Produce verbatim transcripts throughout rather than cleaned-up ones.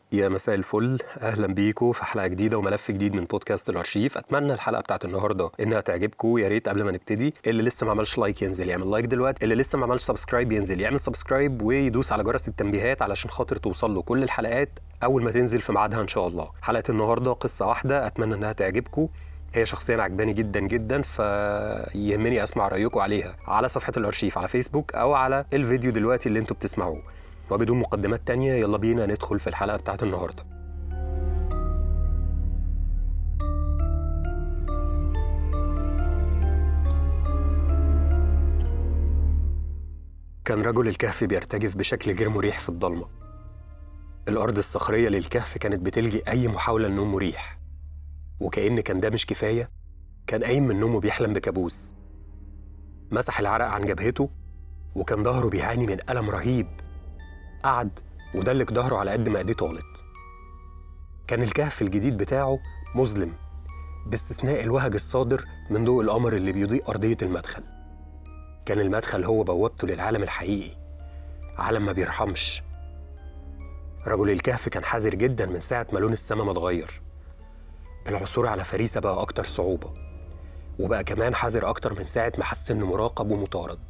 يا مساء الفل، اهلا بيكم في حلقه جديده وملف جديد من بودكاست الارشيف. اتمنى الحلقه بتاعت النهارده انها تعجبكم. يا ريت قبل ما نبتدي اللي لسه ما عملش لايك ينزل يعمل لايك دلوقتي، اللي لسه ما عملش سبسكرايب ينزل يعمل سبسكرايب ويدوس على جرس التنبيهات علشان خاطر توصل له كل الحلقات اول ما تنزل في ميعادها ان شاء الله. حلقه النهارده قصه واحده، اتمنى انها تعجبكم. هي شخصيا عجباني جدا جدا، فيهمني اسمع رايكم عليها على صفحه الارشيف على فيسبوك او على الفيديو دلوقتي اللي انتم بتسمعوه. وبدون مقدمات تانية يلا بينا ندخل في الحلقه بتاعت النهارده. كان رجل الكهف بيرتجف بشكل غير مريح في الضلمة. الأرض الصخرية للكهف كانت بتلجي أي محاولة لنوم مريح، وكأن كان ده مش كفاية، كان قايم من نومه بيحلم بكابوس. مسح العرق عن جبهته وكان ظهره بيعاني من ألم رهيب. قعد ودلك ظهره على قد ما ايديه طالت. كان الكهف الجديد بتاعه مظلم باستثناء الوهج الصادر من ضوء القمر اللي بيضيء أرضية المدخل. كان المدخل هو بوابته للعالم الحقيقي، عالم ما بيرحمش. رجل الكهف كان حذر جدا من ساعة ما لون السما ما اتغير. العثور على فريسة بقى أكتر صعوبة، وبقى كمان حذر أكتر من ساعة ما حس إنه مراقب ومطارد.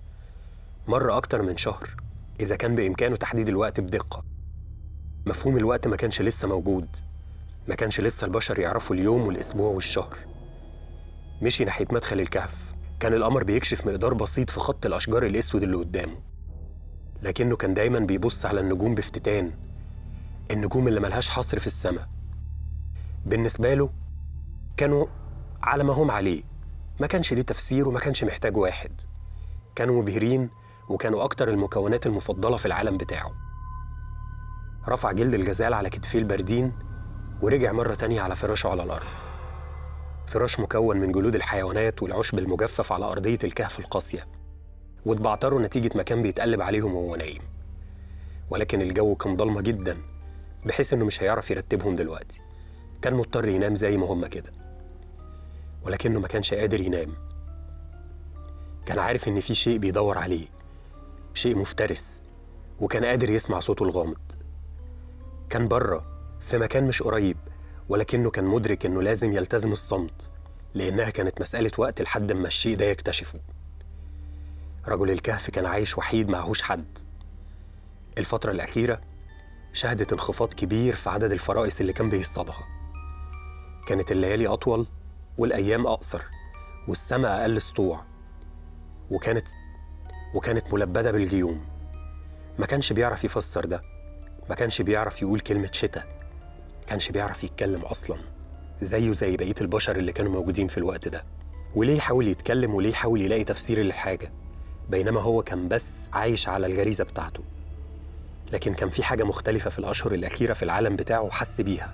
مر أكتر من شهر إذا كان بإمكانه تحديد الوقت بدقة. مفهوم الوقت ما كانش لسه موجود، ما كانش لسه البشر يعرفوا اليوم والأسبوع والشهر. مشي ناحية مدخل الكهف. كان القمر بيكشف مقدار بسيط في خط الأشجار الأسود اللي قدامه، لكنه كان دايماً بيبص على النجوم بافتتان، النجوم اللي ملهاش حصر في السماء. بالنسبة له كانوا على ما هم عليه، ما كانش ليه تفسير وما كانش محتاج واحد. كانوا مبهرين وكانوا أكتر المكونات المفضلة في العالم بتاعه. رفع جلد الجزال على كتفيه الباردين ورجع مرة تانية على فراشه على الأرض. فراش مكون من جلود الحيوانات والعشب المجفف على أرضية الكهف القاسية، واتبعتروا نتيجة مكان بيتقلب عليهم وهو نايم. ولكن الجو كان ضلمة جدا بحيث إنه مش هيعرف يرتبهم دلوقتي. كان مضطر ينام زي ما هم كده، ولكنه ما كانش قادر ينام. كان عارف إن في شيء بيدور عليه، شيء مفترس، وكان قادر يسمع صوته الغامض. كان بره في مكان مش قريب، ولكنه كان مدرك إنه لازم يلتزم الصمت، لأنها كانت مسألة وقت لحد ما الشيء ده يكتشفه. رجل الكهف كان عايش وحيد معهوش حد. الفترة الأخيرة شهدت انخفاض كبير في عدد الفرائس اللي كان بيصطادها. كانت الليالي أطول والأيام أقصر والسماء أقل سطوع، وكانت وكانت ملبدة بالغيوم. ما كانش بيعرف يفسر ده، ما كانش بيعرف يقول كلمة شتاء، ما كانش بيعرف يتكلم أصلاً زيه زي بقية البشر اللي كانوا موجودين في الوقت ده. وليه يحاول يتكلم وليه يحاول يلاقي تفسير للحاجة بينما هو كان بس عايش على الغريزة بتاعته؟ لكن كان في حاجة مختلفة في الأشهر الأخيرة في العالم بتاعه حس بيها.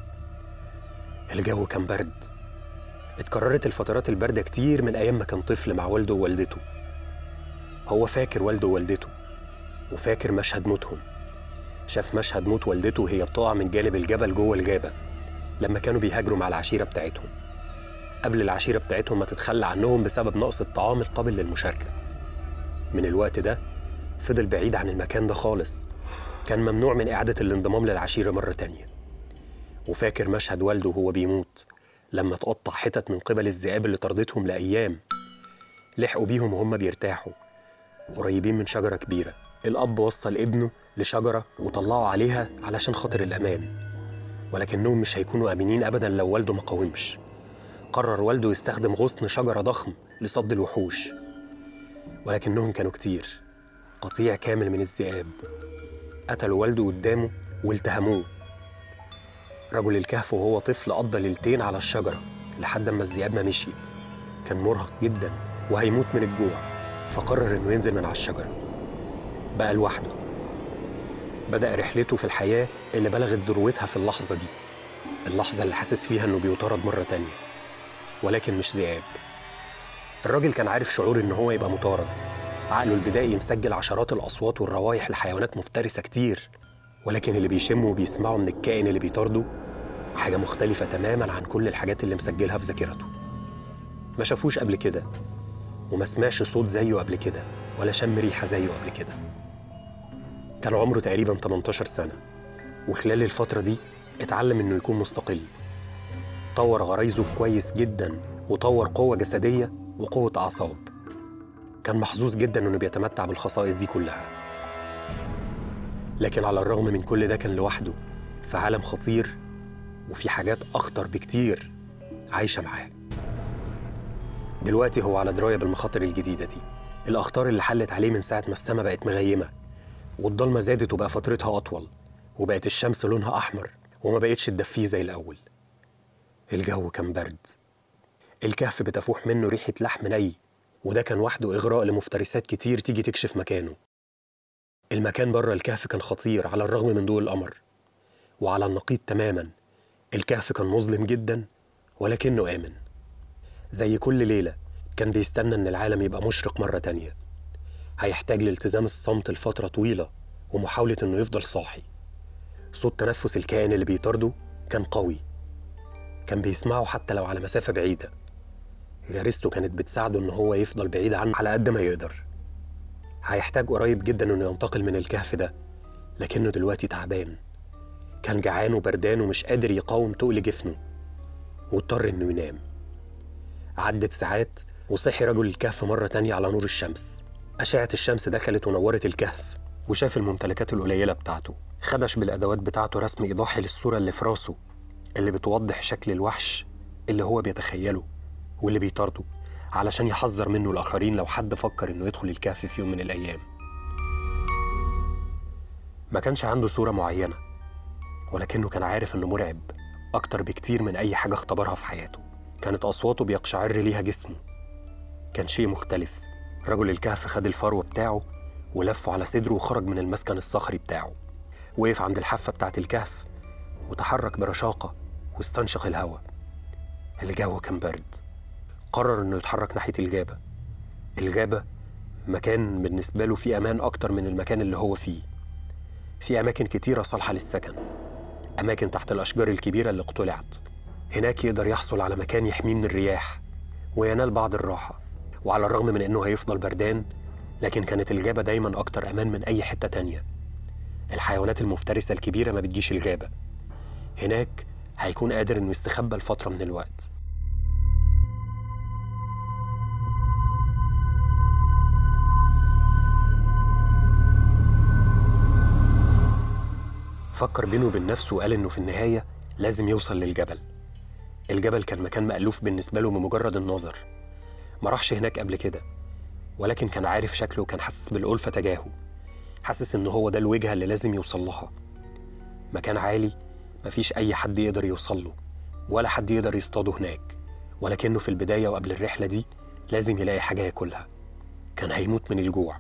الجو كان برد. اتكررت الفترات الباردة كتير من أيام ما كان طفل مع والده ووالدته. هو فاكر والده ووالدته وفاكر مشهد موتهم. شاف مشهد موت والدته وهي بتقع من جانب الجبل جوه الغابة لما كانوا بيهاجروا مع العشيرة بتاعتهم، قبل العشيرة بتاعتهم ما تتخلى عنهم بسبب نقص الطعام القابل للمشاركة. من الوقت ده فضل بعيد عن المكان ده خالص، كان ممنوع من إعادة الانضمام للعشيرة مرة تانية. وفاكر مشهد والده وهو بيموت لما تقطع حتت من قبل الذئاب اللي طردتهم لأيام. لحقوا بيهم وهم بيرتاحوا قريبين من شجرة كبيرة. الأب وصل ابنه لشجرة وطلعوا عليها علشان خاطر الأمان، ولكنهم مش هيكونوا أمينين أبداً لو والده ما قاومش. قرر والده يستخدم غصن شجرة ضخم لصد الوحوش، ولكنهم كانوا كتير، قطيع كامل من الذئاب. قتلوا والده قدامه والتهموه. رجل الكهف وهو طفل قضى ليلتين على الشجرة لحد ما الذئاب ما مشيت. كان مرهق جدا وهيموت من الجوع، فقرر انه ينزل من على الشجرة. بقى لوحده. بدأ رحلته في الحياة اللي بلغت ذروتها في اللحظة دي، اللحظة اللي حاسس فيها انه بيطارد مرة تانية، ولكن مش ذئاب. الراجل كان عارف شعور ان هو يبقى مطارد. عقله البدائي مسجل عشرات الأصوات والروايح لحيوانات مفترسة كتير، ولكن اللي بيشمه وبيسمعه من الكائن اللي بيطارده حاجة مختلفة تماماً عن كل الحاجات اللي مسجلها في ذاكرته. ما شافوش قبل كده وما سمعش صوت زيه قبل كده ولا شم ريحة زيه قبل كده. كان عمره تقريباً تمنتاشر سنة، وخلال الفترة دي اتعلم إنه يكون مستقل. طور غرايزه كويس جدا وطور قوة جسدية وقوة أعصاب. كان محظوظ جدا إنه بيتمتع بالخصائص دي كلها. لكن على الرغم من كل ده كان لوحده في عالم خطير، وفي حاجات أخطر بكتير عايشة معاه. دلوقتي هو على دراية بالمخاطر الجديدة دي، الأخطار اللي حلت عليه من ساعة ما السما بقت مغيمة والضلمة زادت وبقى فترتها أطول، وبقت الشمس لونها أحمر وما بقتش تدفيه زي الأول. الجو كان برد. الكهف بتفوح منه ريحة لحم ني، وده كان وحده إغراء لمفترسات كتير تيجي تكشف مكانه. المكان بره الكهف كان خطير على الرغم من ضوء القمر. وعلى النقيض تماما، الكهف كان مظلم جدا ولكنه آمن. زي كل ليلة كان بيستنى إن العالم يبقى مشرق مرة تانية. هيحتاج لالتزام الصمت لفترة طويلة ومحاولة إنه يفضل صاحي. صوت تنفس الكائن اللي بيطارده كان قوي، كان بيسمعه حتى لو على مسافة بعيدة. غريزته كانت بتساعده إن هو يفضل بعيد عنه على قد ما يقدر. هيحتاج قريب جدا إنه ينتقل من الكهف ده، لكنه دلوقتي تعبان. كان جعان وبردان ومش قادر يقاوم تقل جفنه، واضطر إنه ينام. عدت ساعات وصحي رجل الكهف مرة تانية على نور الشمس. أشعة الشمس دخلت ونورت الكهف، وشاف الممتلكات القليلة بتاعته. خدش بالأدوات بتاعته رسم إيضاحي للصورة اللي في راسه، اللي بتوضح شكل الوحش اللي هو بيتخيله واللي بيطارده، علشان يحذر منه الآخرين لو حد فكر إنه يدخل الكهف في يوم من الأيام. ما كانش عنده صورة معينة، ولكنه كان عارف إنه مرعب أكتر بكتير من أي حاجة اختبرها في حياته. كانت أصواته بيقشعر ليها جسمه. كان شيء مختلف. رجل الكهف خد الفرو بتاعه ولفه على صدره وخرج من المسكن الصخري بتاعه. وقف عند الحافة بتاعت الكهف وتحرك برشاقة واستنشق الهواء. الجو كان برد. قرر إنه يتحرك ناحية الغابة. الغابة مكان بالنسبة له فيه أمان أكتر من المكان اللي هو فيه. في أماكن كتيرة صالحة للسكن، أماكن تحت الأشجار الكبيرة اللي اقتلعت. هناك يقدر يحصل على مكان يحميه من الرياح وينال بعض الراحة. وعلى الرغم من إنه هيفضل بردان، لكن كانت الغابة دايماً أكتر أمان من أي حتة تانية. الحيوانات المفترسة الكبيرة ما بتجيش الغابة. هناك هيكون قادر إنه يستخبى لفترة من الوقت. فكر بينه وبين نفسه وقال إنه في النهاية لازم يوصل للجبل. الجبل كان مكان مألوف بالنسبة له بمجرد النظر. ما راحش هناك قبل كده، ولكن كان عارف شكله وكان حاسس بالألفة تجاهه. حاسس إنه هو ده الوجهة اللي لازم يوصل لها. مكان عالي مفيش أي حد يقدر يوصل له، ولا حد يقدر يصطاده هناك. ولكنه في البداية وقبل الرحلة دي لازم يلاقي حاجة ياكلها. كان هيموت من الجوع.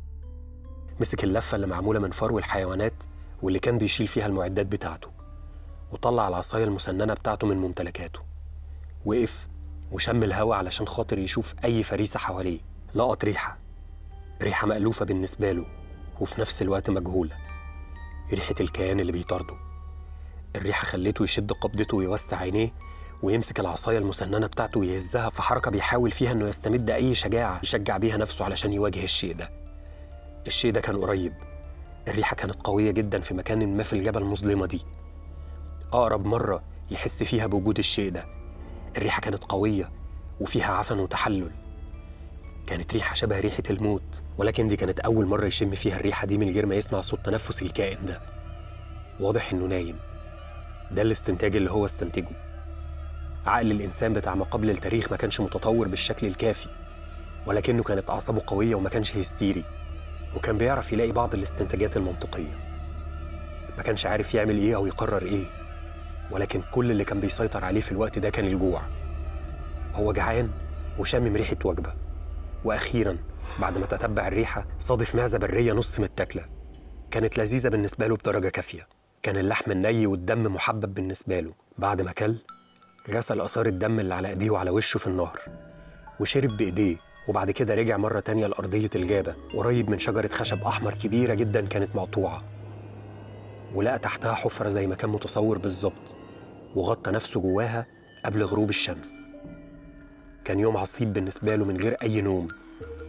مسك اللفة اللي معمولة من فرو الحيوانات واللي كان بيشيل فيها المعدات بتاعته، وطلع العصاية المسننة بتاعته من ممتلكاته. وقف وشم الهواء علشان خاطر يشوف أي فريسة حواليه. لقط ريحة ريحة مألوفة بالنسبة له وفي نفس الوقت مجهولة. ريحة الكيان اللي بيطارده. الريحة خلته يشد قبضته ويوسع عينيه ويمسك العصاية المسننة بتاعته ويهزها في حركة بيحاول فيها إنه يستمد أي شجاعة يشجع بيها نفسه علشان يواجه الشيء ده. الشيء ده كان قريب. الريحة كانت قوية جدا في مكان ما في الجبل المظلمة دي. أقرب مرة يحس فيها بوجود الشيء ده. الريحة كانت قوية وفيها عفن وتحلل. كانت ريحة شبه ريحة الموت، ولكن دي كانت أول مرة يشم فيها الريحة دي من غير ما يسمع صوت تنفس الكائن ده. واضح إنه نايم. ده الاستنتاج اللي هو استنتجه. عقل الإنسان بتاع ما قبل التاريخ ما كانش متطور بالشكل الكافي، ولكنه كانت أعصابه قوية وما كانش هستيري، وكان بيعرف يلاقي بعض الاستنتاجات المنطقية. ما كانش عارف يعمل إيه أو يقرر إيه، ولكن كل اللي كان بيسيطر عليه في الوقت ده كان الجوع. هو جعان وشامم ريحة وجبة. وأخيراً بعد ما تتبع الريحة صادف معزة برية نص متاكلة. كانت لذيذة بالنسبة له بدرجة كافية. كان اللحم الني والدم محبب بالنسبة له. بعد ما كل غسل آثار الدم اللي على إيديه وعلى وشه في النهر وشرب بإيديه، وبعد كده رجع مرة تانية لأرضية الغابة قريب من شجرة خشب أحمر كبيرة جداً كانت مقطوعة، ولقى تحتها حفرة زي ما كان متصور بالظبط، وغطى نفسه جواها قبل غروب الشمس. كان يوم عصيب بالنسبة له من غير أي نوم،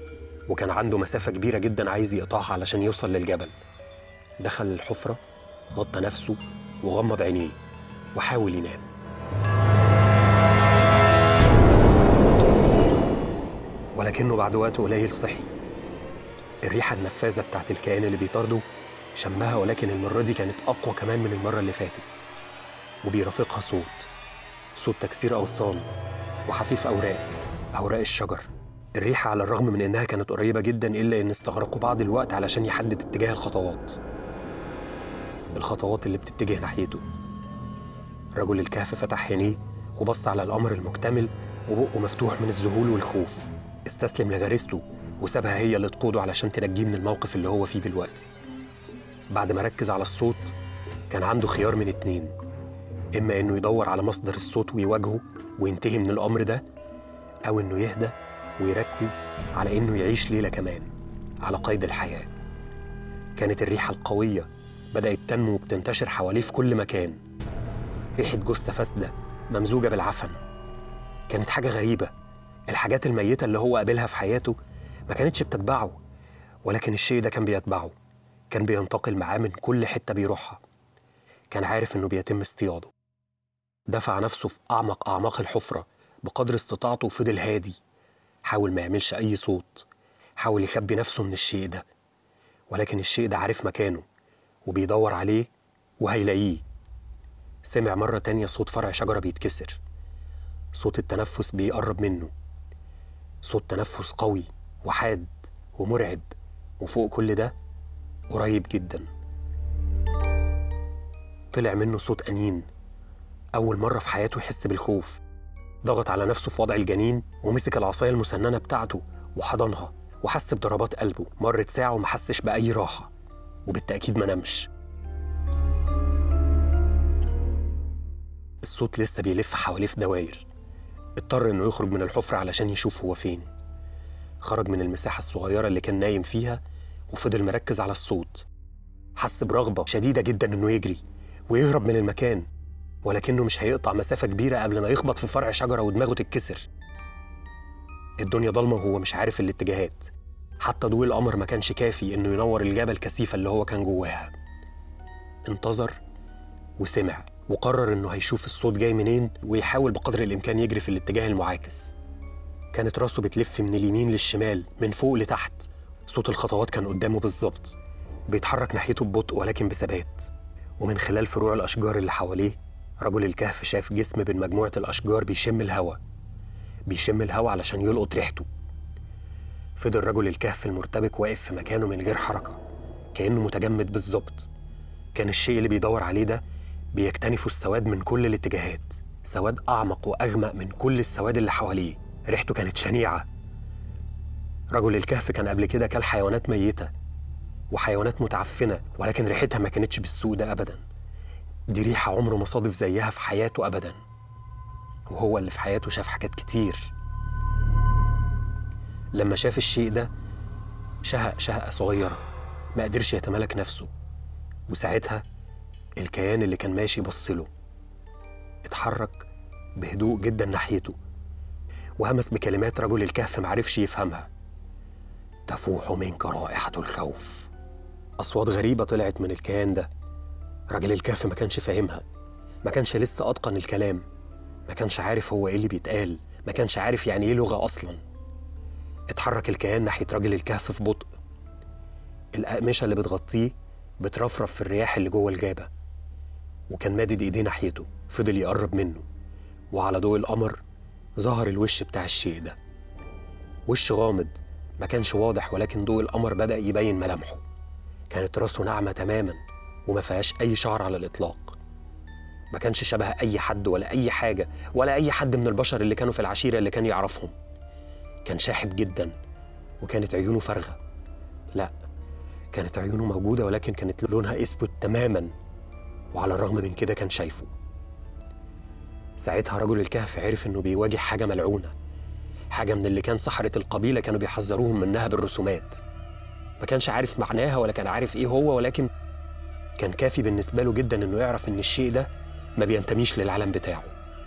وكان عنده مسافة كبيرة جدا عايز يقطعها علشان يوصل للجبل. دخل الحفرة غطى نفسه وغمض عينيه وحاول ينام. ولكنه بعد وقت قليل صحي. الريحة النفاذة بتاعت الكائن اللي بيطارده شمها، ولكن المرة دي كانت أقوى كمان من المرة اللي فاتت، وبيرافقها صوت صوت تكسير أغصان وحفيف أوراق أوراق الشجر. الريحة على الرغم من إنها كانت قريبة جدا إلا إن استغرقوا بعض الوقت علشان يحدد اتجاه الخطوات الخطوات اللي بتتجه ناحيته. رجل الكهف فتح عينيه وبص على الأمر المكتمل وبقه مفتوح من الذهول والخوف. استسلم لغريزته وسابها هي اللي تقوده علشان تنجيه من الموقف اللي هو فيه دلوقتي. بعد ما ركز على الصوت كان عنده خيار من اتنين، إما إنه يدور على مصدر الصوت ويواجهه وينتهي من الأمر ده، أو إنه يهدى ويركز على إنه يعيش ليلة كمان على قيد الحياة. كانت الريحة القوية بدأت تنمو وبتنتشر حواليه في كل مكان. ريحة جثة فاسدة ممزوجة بالعفن. كانت حاجة غريبة. الحاجات الميتة اللي هو قابلها في حياته ما كانتش بتتبعه، ولكن الشيء ده كان بيتبعه، كان بينتقل معاه من كل حتة بيروحها. كان عارف إنه بيتم اصطياده. دفع نفسه في أعمق أعماق الحفرة بقدر استطاعته وفضل هادي. حاول ما يعملش أي صوت، حاول يخبي نفسه من الشيء ده، ولكن الشيء ده عارف مكانه وبيدور عليه وهيلاقيه. سمع مرة تانية صوت فرع شجرة بيتكسر، صوت التنفس بيقرب منه، صوت تنفس قوي وحاد ومرعب، وفوق كل ده قريب جدا طلع منه صوت أنين. أول مرة في حياته يحس بالخوف. ضغط على نفسه في وضع الجنين ومسك العصاية المسننة بتاعته وحضنها وحس بضربات قلبه. مرت ساعة وما حسش بأي راحة، وبالتأكيد ما نامش. الصوت لسه بيلف حواليه في دواير. اضطر إنه يخرج من الحفرة علشان يشوف هو فين. خرج من المساحة الصغيرة اللي كان نايم فيها وفضل مركز على الصوت. حس برغبة شديدة جدا إنه يجري ويهرب من المكان، ولكنه مش هيقطع مسافة كبيرة قبل ما يخبط في فرع شجرة ودماغه تتكسر. الدنيا ضلمة وهو مش عارف الاتجاهات. حتى ضوء القمر ما كانش كافي إنه ينور الجبل الكثيفة اللي هو كان جواها. انتظر وسمع وقرر إنه هيشوف الصوت جاي منين ويحاول بقدر الإمكان يجري في الاتجاه المعاكس. كانت راسه بتلف من اليمين للشمال، من فوق لتحت. صوت الخطوات كان قدامه بالظبط، بيتحرك ناحيته ببطء ولكن بثبات. ومن خلال فروع الأشجار اللي حواليه رجل الكهف شاف جسم بين مجموعة الأشجار بيشم الهوا بيشم الهوا علشان يلقط ريحته. فضل رجل الكهف المرتبك واقف في مكانه من غير حركة، كأنه متجمد بالظبط. كان الشيء اللي بيدور عليه ده بيكتنفه السواد من كل الاتجاهات، سواد أعمق وأغمق من كل السواد اللي حواليه. ريحته كانت شنيعة. رجل الكهف كان قبل كده كل حيوانات ميتة وحيوانات متعفنة، ولكن ريحتها ما كانتش بالسوء ده أبداً. دي ريحة عمره ما صادف زيها في حياته أبداً، وهو اللي في حياته شاف حاجات كتير. لما شاف الشيء ده شهق شهقة صغيرة، ما قدرش يتمالك نفسه، وساعتها الكيان اللي كان ماشي بصله، اتحرك بهدوء جدا ناحيته وهمس بكلمات رجل الكهف معرفش يفهمها: تفوح منك رائحة الخوف. أصوات غريبة طلعت من الكيان ده. رجل الكهف ما كانش فاهمها، ما كانش لسه أتقن الكلام، ما كانش عارف هو إيه اللي بيتقال، ما كانش عارف يعني إيه لغة أصلاً. اتحرك الكيان ناحية رجل الكهف في بطء. الأقمشة اللي بتغطيه بترفرف في الرياح اللي جوه الغابة، وكان مادد إيديه ناحيته. فضل يقرب منه، وعلى ضوء القمر ظهر الوش بتاع الشيء ده. وش غامض ما كانش واضح، ولكن ضوء القمر بدأ يبين ملامحه. كانت راسه ناعمة تماماً وما فيهاش أي شعر على الإطلاق. ما كانش شبه أي حد ولا أي حاجة ولا أي حد من البشر اللي كانوا في العشيرة اللي كان يعرفهم. كان شاحب جدا، وكانت عيونه فارغة. لا، كانت عيونه موجودة ولكن كانت لونها أسود تماماً، وعلى الرغم من كده كان شايفه. ساعتها رجل الكهف عرف إنه بيواجه حاجة ملعونة، حاجة من اللي كان سحرة القبيلة كانوا بيحذروهم منها بالرسومات. ما كانش عارف معناها ولا كان عارف إيه هو، ولكن كان كافي بالنسبة له جدا إنه يعرف إن الشيء ده ما بينتميش للعالم بتاعه.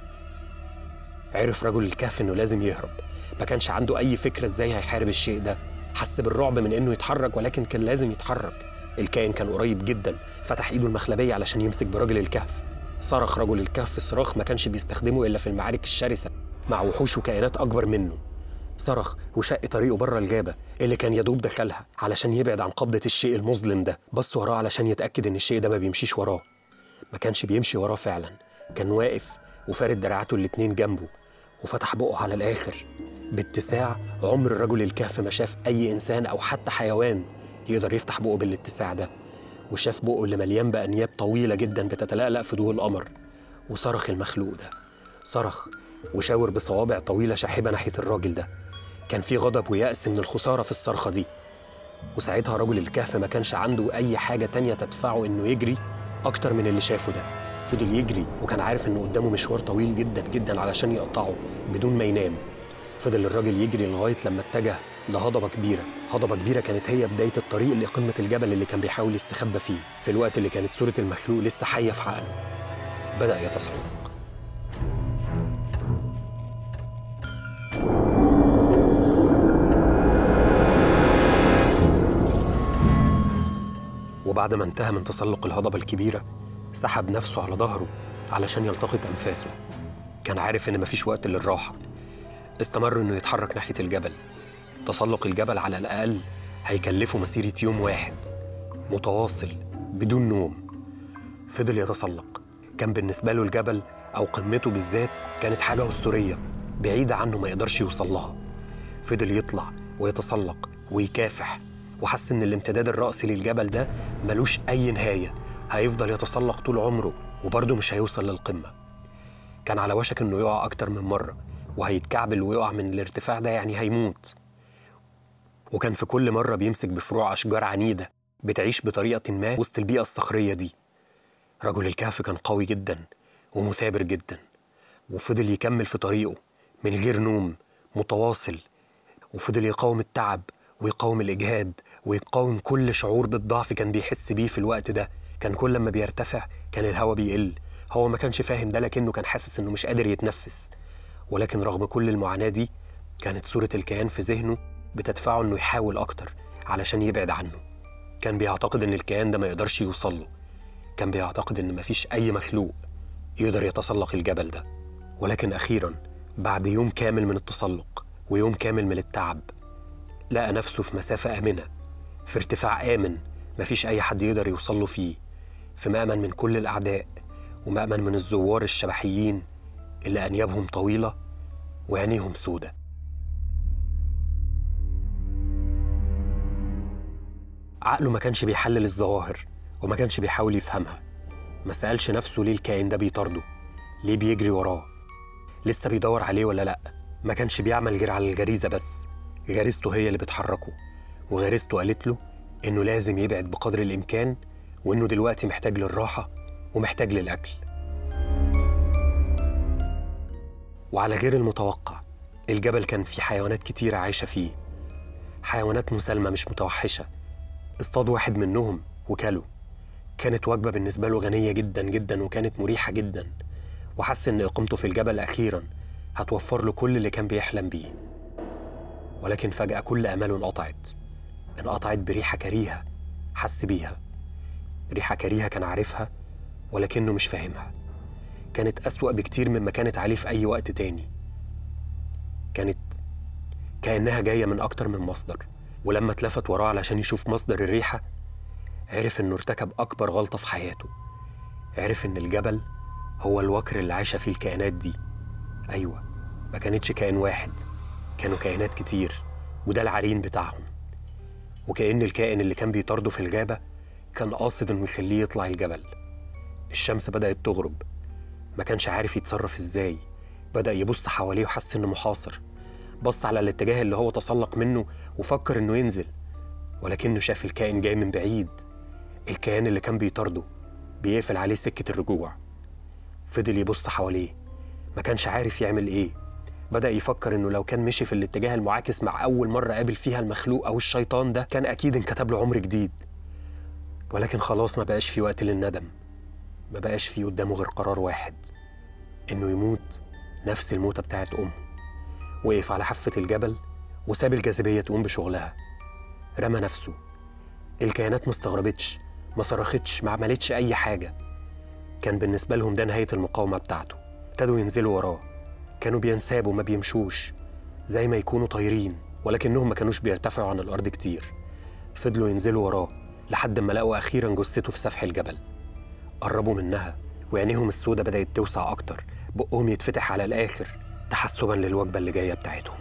عرف رجل الكهف إنه لازم يهرب. ما كانش عنده أي فكرة إزاي هيحارب الشيء ده. حس بالرعب من إنه يتحرك، ولكن كان لازم يتحرك. الكائن كان قريب جدا، فتح ايده المخلبية علشان يمسك برجل الكهف. صرخ رجل الكهف صراخ ما كانش بيستخدمه إلا في المعارك الشرسة مع وحوش وكائنات أكبر منه. صرخ وشق طريقه بره الغابة اللي كان يدوب دخلها علشان يبعد عن قبضة الشيء المظلم ده. بص وراه علشان يتأكد إن الشيء ده ما بيمشيش وراه. ما كانش بيمشي وراه فعلا، كان واقف وفارد دراعاته الاتنين جنبه وفتح بقه على الآخر باتساع عمر رجل الكهف ما شاف أي إنسان أو حتى حيوان يقدر يفتح بقه بالاتساع ده. وشاف بقه اللي مليان بأنياب طويلة جدا بتتلألأ في ضوء القمر. وصرخ المخلوق ده، صرخ وشاور بصوابع طويلة شاحبة ناحية الراجل ده. كان في غضب ويأس من الخسارة في الصرخة دي. وساعتها رجل الكهف ما كانش عنده أي حاجة تانية تدفعه إنه يجري أكتر من اللي شافه ده. فضل يجري وكان عارف إنه قدامه مشوار طويل جدا جدا علشان يقطعه بدون ما ينام. فضل الراجل يجري لغاية لما اتجه لهضبة كبيرة. هضبة كبيرة كانت هي بداية الطريق لقمة الجبل اللي كان بيحاول يستخبى فيه. في الوقت اللي كانت صورة المخلوق لسه حية في عقله بدأ يتسلق. وبعد ما انتهى من تسلق الهضبة الكبيرة سحب نفسه على ظهره علشان يلتقط أنفاسه. كان عارف إن مفيش وقت للراحة. استمر إنه يتحرك ناحية الجبل. تسلق الجبل على الأقل هيكلفه مسيرة يوم واحد متواصل بدون نوم. فضل يتسلق. كان بالنسبة له الجبل أو قمته بالذات كانت حاجة أسطورية بعيدة عنه ما يقدرش يوصل لها. فضل يطلع ويتسلق ويكافح وحس إن الامتداد الرأسي للجبل ده ملوش أي نهاية. هيفضل يتسلق طول عمره وبرضه مش هيوصل للقمة. كان على وشك إنه يقع أكتر من مرة وهيتكعبل ويقع من الارتفاع ده، يعني هيموت. وكان في كل مرة بيمسك بفروع أشجار عنيدة بتعيش بطريقة ما وسط البيئة الصخرية دي. رجل الكهف كان قوي جدا ومثابر جدا وفضل يكمل في طريقه من غير نوم متواصل. وفضل يقاوم التعب ويقاوم الإجهاد ويقاوم كل شعور بالضعف كان بيحس بيه في الوقت ده. كان كل لما بيرتفع كان الهواء بيقل. هو ما كانش فاهم ده لكنه كان حاسس إنه مش قادر يتنفس. ولكن رغم كل المعاناة دي كانت صورة الكيان في ذهنه بتدفعه إنه يحاول أكتر علشان يبعد عنه. كان بيعتقد إن الكيان ده ما يقدرش يوصل له. كان بيعتقد إن مفيش أي مخلوق يقدر يتسلق الجبل ده. ولكن أخيراً بعد يوم كامل من التسلق ويوم كامل من التعب لقى نفسه في مسافة آمنة، في ارتفاع آمن مفيش أي حد يقدر يوصل له فيه، في مأمن من كل الأعداء ومأمن من الزوار الشبحيين اللي أنيابهم طويلة وعينيهم سودة. عقله ما كانش بيحلل الظواهر وما كانش بيحاول يفهمها. ما سألش نفسه ليه الكائن ده بيطارده، ليه بيجري وراه، لسه بيدور عليه ولا لأ. ما كانش بيعمل غير على الغريزة بس. غريزته هي اللي بتحركه، وغريزته قالت له إنه لازم يبعد بقدر الإمكان وإنه دلوقتي محتاج للراحة ومحتاج للأكل. وعلى غير المتوقع الجبل كان فيه حيوانات كتيرة عايشة فيه، حيوانات مسالمة مش متوحشة. اصطاد واحد منهم وكله. كانت وجبة بالنسبة له غنية جدا جدا وكانت مريحة جدا. وحس إن إقامته في الجبل أخيرا هتوفر له كل اللي كان بيحلم بيه. ولكن فجأة كل أماله انقطعت. انقطعت بريحة كريهة حس بيها. ريحة كريهة كان عارفها ولكنه مش فاهمها. كانت أسوأ بكتير مما كانت عليه في أي وقت تاني. كانت كأنها جاية من أكتر من مصدر. ولما اتلفت وراه علشان يشوف مصدر الريحة عرف إنه ارتكب أكبر غلطة في حياته. عرف إن الجبل هو الوكر اللي عايشة فيه الكائنات دي. أيوة، ما كانتش كائن واحد، كانوا كائنات كتير وده العرين بتاعهم. وكأن الكائن اللي كان بيطارده في الغابة كان قاصد إنه يخليه يطلع الجبل. الشمس بدأت تغرب. ما كانش عارف يتصرف إزاي. بدأ يبص حواليه وحس إنه محاصر. بص على الاتجاه اللي هو تسلق منه وفكر إنه ينزل، ولكنه شاف الكائن جاي من بعيد. الكائن اللي كان بيطارده بيقفل عليه سكة الرجوع. فضل يبص حواليه، ما كانش عارف يعمل إيه. بدأ يفكر إنه لو كان مشي في الاتجاه المعاكس مع أول مرة قابل فيها المخلوق أو الشيطان ده كان أكيد انكتب له عمر جديد. ولكن خلاص ما بقاش في وقت للندم. ما بقاش في قدامه غير قرار واحد، إنه يموت نفس الموتة بتاعت أمه. وقف على حافة الجبل وساب الجاذبية تقوم بشغلها. رمى نفسه الكيانات ما استغربتش، ما صرختش، ما عملتش أي حاجة. كان بالنسبة لهم ده نهاية المقاومة بتاعته. ابتدوا ينزلوا وراه، كانوا بينسابوا ما بيمشوش، زي ما يكونوا طايرين، ولكنهم ما كانوش بيرتفعوا عن الأرض كتير. فضلوا ينزلوا وراه لحد ما لقوا أخيراً جثته في سفح الجبل. قربوا منها وعينيهم السودة بدأت توسع أكتر، بقهم يتفتح على الآخر تحسباً للوجبة اللي جاية بتاعتهم.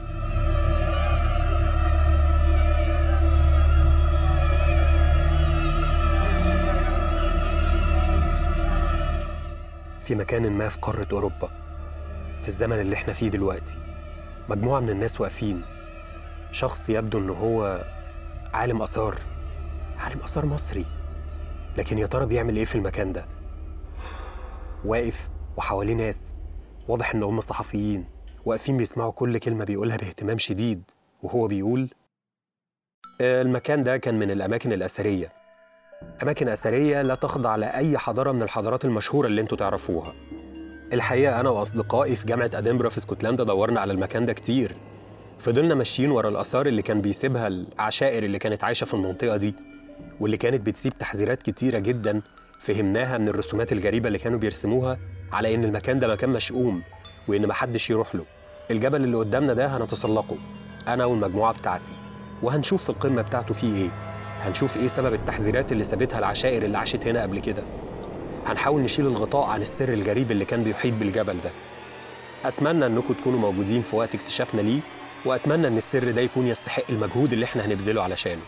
في مكان ما في قارة أوروبا، في الزمن اللي احنا فيه دلوقتي، مجموعة من الناس واقفين. شخص يبدو إنه هو عالم آثار، عالم آثار مصري، لكن يا ترى بيعمل إيه في المكان ده؟ واقف وحواليه ناس واضح إن هم صحفيين، واقفين بيسمعوا كل كلمة بيقولها باهتمام شديد. وهو بيقول: المكان ده كان من الأماكن الأثرية، أماكن أثرية لا تخضع لأي حضارة من الحضارات المشهورة اللي انتوا تعرفوها. الحقيقة أنا وأصدقائي في جامعة أدنبرا في اسكتلندا دورنا على المكان ده كتير. فضلنا ماشيين ورا الآثار اللي كان بيسيبها العشائر اللي كانت عايشة في المنطقة دي، واللي كانت بتسيب تحذيرات كتيرة جداً فهمناها من الرسومات الغريبة اللي كانوا بيرسموها على إن المكان ده مكان مشؤوم وإن محدش يروح له. الجبل اللي قدامنا ده هنتسلقه أنا والمجموعة بتاعتي، وهنشوف في القمة بتاعته فيه إيه، هنشوف إيه سبب التحذيرات اللي سابتها العشائر اللي عاشت هنا قبل كده. هنحاول نشيل الغطاء عن السر الغريب اللي كان بيحيط بالجبل ده. أتمنى إنكم تكونوا موجودين في وقت اكتشافنا ليه، وأتمنى إن السر ده يكون يستحق المجهود اللي إحنا هنبذله علشانه.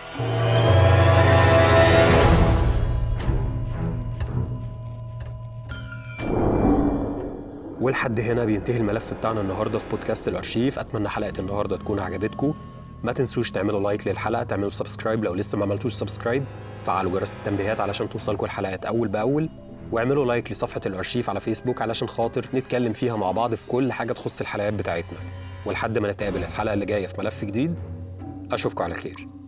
ولحد هنا بينتهي الملف بتاعنا النهارده في بودكاست الأرشيف. أتمنى حلقة النهارده تكون عجبتكم. ما تنسوش تعملوا لايك للحلقة، تعملوا سبسكرايب لو لسه ما عملتوش سبسكرايب، فعلوا جرس التنبيهات علشان توصلكم الحلقات أول بأول، واعملوا لايك لصفحة الأرشيف على فيسبوك علشان خاطر نتكلم فيها مع بعض في كل حاجة تخص الحلقات بتاعتنا. ولحد ما نتقابل الحلقة اللي جاية في ملف جديد، أشوفكم على خير.